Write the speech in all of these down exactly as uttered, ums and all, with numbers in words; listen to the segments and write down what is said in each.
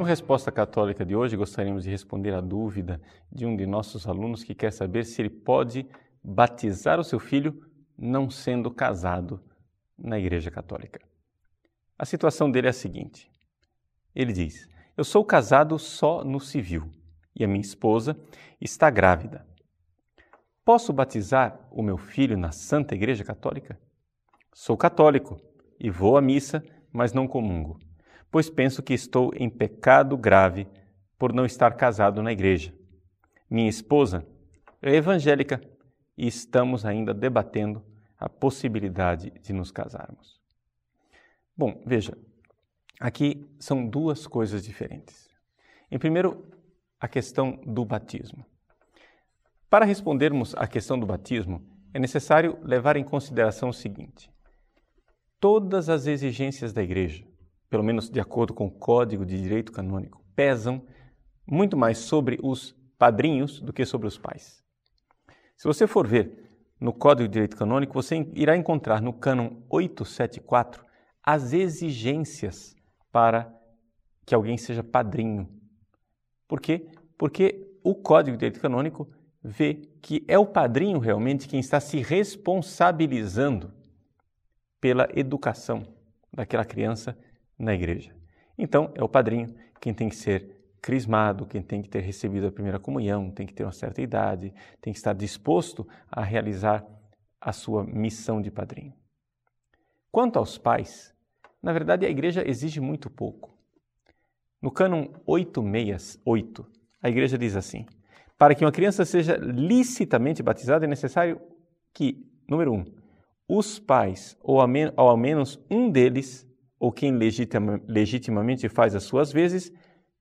No Resposta Católica de hoje, gostaríamos de responder à dúvida de um de nossos alunos que quer saber se ele pode batizar o seu filho não sendo casado na Igreja Católica. A situação dele é a seguinte. Ele diz, eu sou casado só no civil e a minha esposa está grávida. Posso batizar o meu filho na Santa Igreja Católica? Sou católico e vou à missa, mas não comungo, pois penso que estou em pecado grave por não estar casado na igreja. Minha esposa é evangélica e estamos ainda debatendo a possibilidade de nos casarmos. Bom, veja, aqui são duas coisas diferentes. Em primeiro, a questão do batismo. Para respondermos à questão do batismo, é necessário levar em consideração o seguinte. Todas as exigências da igreja, pelo menos de acordo com o Código de Direito Canônico, pesam muito mais sobre os padrinhos do que sobre os pais. Se você for ver no Código de Direito Canônico, você irá encontrar no cânon oitocentos e setenta e quatro as exigências para que alguém seja padrinho. Por quê? Porque o Código de Direito Canônico vê que é o padrinho realmente quem está se responsabilizando pela educação daquela criança na igreja. Então, é o padrinho quem tem que ser crismado, quem tem que ter recebido a primeira comunhão, tem que ter uma certa idade, tem que estar disposto a realizar a sua missão de padrinho. Quanto aos pais, na verdade a igreja exige muito pouco. No cânon oitocentos e sessenta e oito, a igreja diz assim, para que uma criança seja licitamente batizada é necessário que, número um, os pais, ou ao, men- ou ao menos um deles, ou quem legitima- legitimamente faz as suas vezes,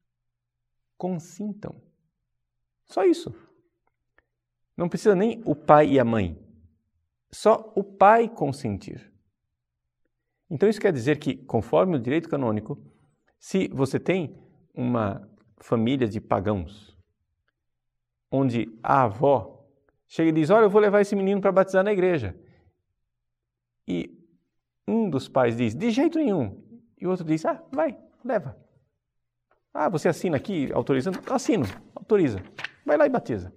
consintam. Só isso. Não precisa nem o pai e a mãe. Só o pai consentir. Então isso quer dizer que, conforme o direito canônico, se você tem uma família de pagãos, onde a avó chega e diz, olha, eu vou levar esse menino para batizar na igreja. E um dos pais diz, de jeito nenhum. E o outro diz, ah, vai, leva. Ah, você assina aqui, autorizando? Assino, autoriza. Vai lá e batiza.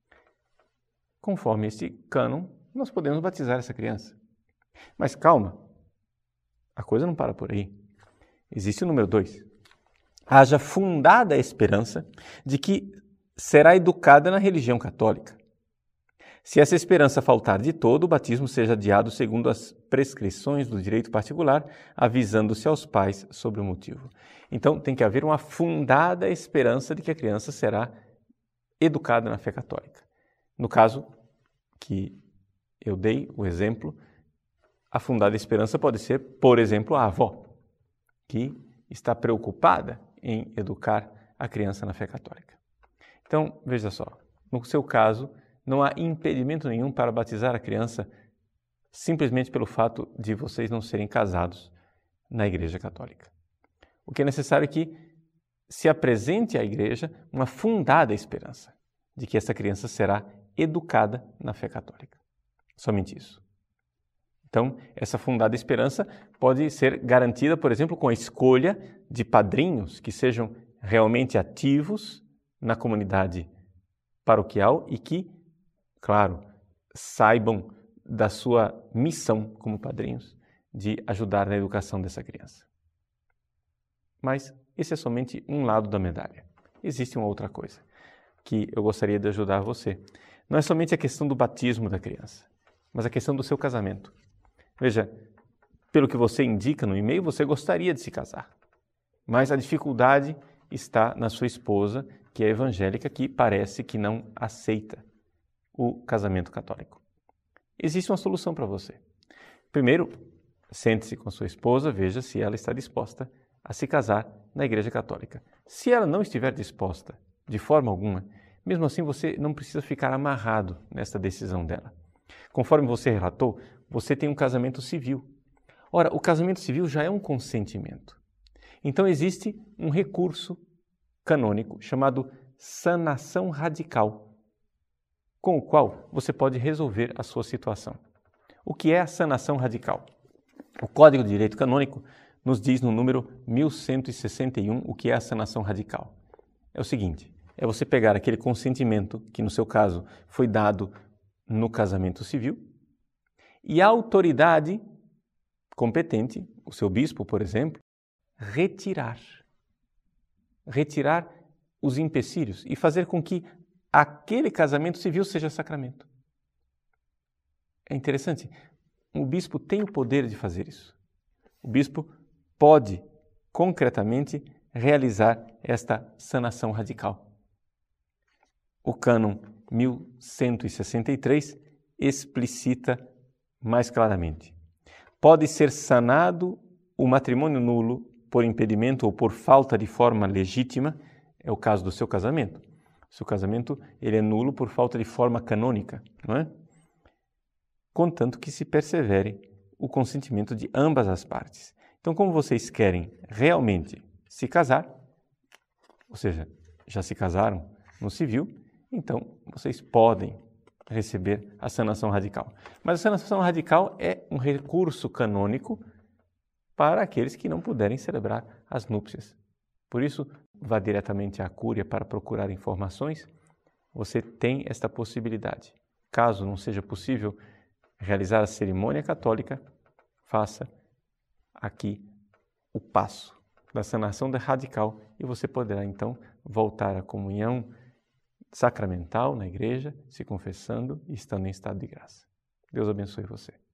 Conforme esse cânon, nós podemos batizar essa criança. Mas calma, a coisa não para por aí. Existe o número dois. Haja fundada a esperança de que será educada na religião católica. Se essa esperança faltar de todo, o batismo seja adiado segundo as prescrições do direito particular, avisando-se aos pais sobre o motivo. Então, tem que haver uma fundada esperança de que a criança será educada na fé católica. No caso que eu dei o exemplo, a fundada esperança pode ser, por exemplo, a avó, que está preocupada em educar a criança na fé católica. Então, veja só, no seu caso, não há impedimento nenhum para batizar a criança simplesmente pelo fato de vocês não serem casados na Igreja Católica. O que é necessário é que se apresente à Igreja uma fundada esperança de que essa criança será educada na fé católica. Somente isso. Então, essa fundada esperança pode ser garantida, por exemplo, com a escolha de padrinhos que sejam realmente ativos na comunidade paroquial e que, claro, saibam da sua missão como padrinhos de ajudar na educação dessa criança. Mas esse é somente um lado da medalha. Existe uma outra coisa que eu gostaria de ajudar você. Não é somente a questão do batismo da criança, mas a questão do seu casamento. Veja, pelo que você indica no e-mail, você gostaria de se casar, mas a dificuldade está na sua esposa, que é evangélica, que parece que não aceita o casamento católico. Existe uma solução para você. Primeiro, sente-se com a sua esposa, veja se ela está disposta a se casar na Igreja Católica. Se ela não estiver disposta, de forma alguma, mesmo assim você não precisa ficar amarrado nessa decisão dela. Conforme você relatou, você tem um casamento civil. Ora, o casamento civil já é um consentimento. Então existe um recurso canônico chamado sanação radical, com o qual você pode resolver a sua situação. O que é a sanação radical? O Código de Direito Canônico nos diz no número mil cento e sessenta e um o que é a sanação radical. É o seguinte, é você pegar aquele consentimento, que no seu caso foi dado no casamento civil, e a autoridade competente, o seu bispo, por exemplo, retirar. Retirar os empecilhos e fazer com que aquele casamento civil seja sacramento. É interessante, o bispo tem o poder de fazer isso. O bispo pode, concretamente, realizar esta sanação radical. O cânon mil cento e sessenta e três explicita mais claramente. Pode ser sanado o matrimônio nulo por impedimento ou por falta de forma legítima, é o caso do seu casamento. O seu casamento ele é nulo por falta de forma canônica, não é? Contanto que se persevere o consentimento de ambas as partes. Então, como vocês querem realmente se casar, ou seja, já se casaram no civil, então vocês podem receber a sanação radical. Mas a sanação radical é um recurso canônico para aqueles que não puderem celebrar as núpcias. Por isso, vá diretamente à cúria para procurar informações. Você tem esta possibilidade. Caso não seja possível realizar a cerimônia católica, faça aqui o passo da sanação radical e você poderá então voltar à comunhão sacramental na igreja, se confessando e estando em estado de graça. Deus abençoe você.